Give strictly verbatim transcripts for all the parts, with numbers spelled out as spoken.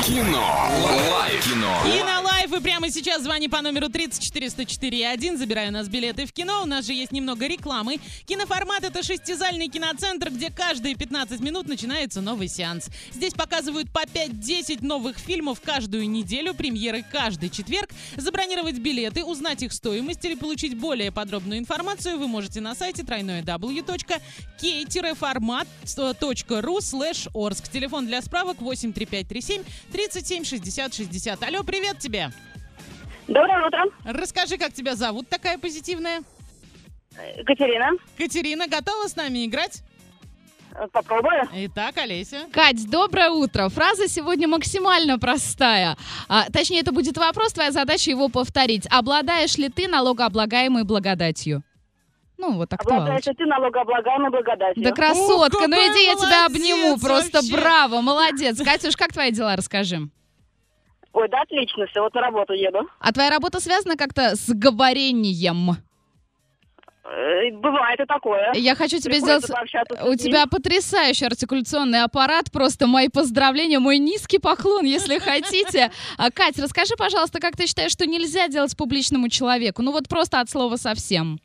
Кино. Лайф. Кино. И на лайф, и прямо сейчас звони по номеру тридцать четыре сто четыре один. Забирай у нас билеты в кино. У нас же есть немного рекламы. Киноформат — это шестизальный киноцентр, где каждые пятнадцать минут начинается новый сеанс. Здесь показывают по пять-десять новых фильмов каждую неделю, премьеры каждый четверг. Забронировать билеты, узнать их стоимость или получить более подробную информацию вы можете на сайте дабл ю дабл ю дабл ю точка кей формат точка ру слэш орск. Телефон для справок восемь три пять три семь тридцать семь шестьдесят шестьдесят. Алло, привет тебе. Доброе утро. Расскажи, как тебя зовут, такая позитивная? Катерина. Катерина, готова с нами играть? Попробую. Итак, Олеся. Кать, доброе утро. Фраза сегодня максимально простая. А, точнее, это будет вопрос, твоя задача его повторить. Обладаешь ли ты налогооблагаемой благодатью? Ну, вот актуально. Обладаешь ли ты налогооблагаемой благодатью? Да красотка, О, ну иди, я тебя молодец обниму. Просто вообще. браво, молодец. Катюш, как твои дела, расскажи. Ой, да отлично, все, вот на работу еду. А твоя работа связана как-то с говорением? Э, Бывает и такое. Я хочу тебе Приходится сделать... пообщаться с У людьми. тебя потрясающий артикуляционный аппарат. Просто мои поздравления, мой низкий поклон, если хотите. А, Кать, расскажи, пожалуйста, как ты считаешь, что нельзя делать публичному человеку? Ну вот просто от слова совсем.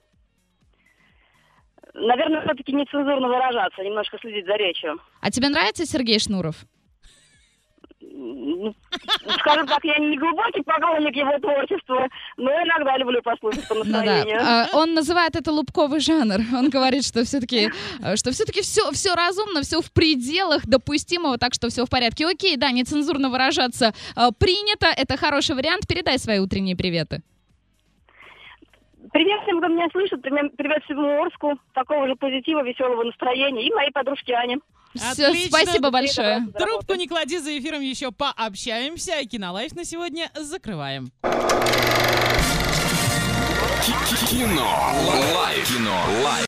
Наверное, все-таки нецензурно выражаться, немножко следить за речью. А тебе нравится Сергей Шнуров? Ну, скажем так, я не глубокий поклонник его творчества, но иногда люблю послушать по Ну да. настроению. А, Он называет это лубковый жанр. Он говорит, что все-таки, что все-таки все, все разумно, все в пределах допустимого, так что все в порядке. Окей, да, нецензурно выражаться а, принято. Это хороший вариант. Передай свои утренние приветы. Привет всем, кто меня слышит, привет привет всему Орску, такого же позитива, веселого настроения, и моей подружке Ане. Все, Отлично. спасибо большое. Трубку не клади, за эфиром еще пообщаемся. А Кинолайф на сегодня закрываем. Кино. Лайф. Кино. Лайф.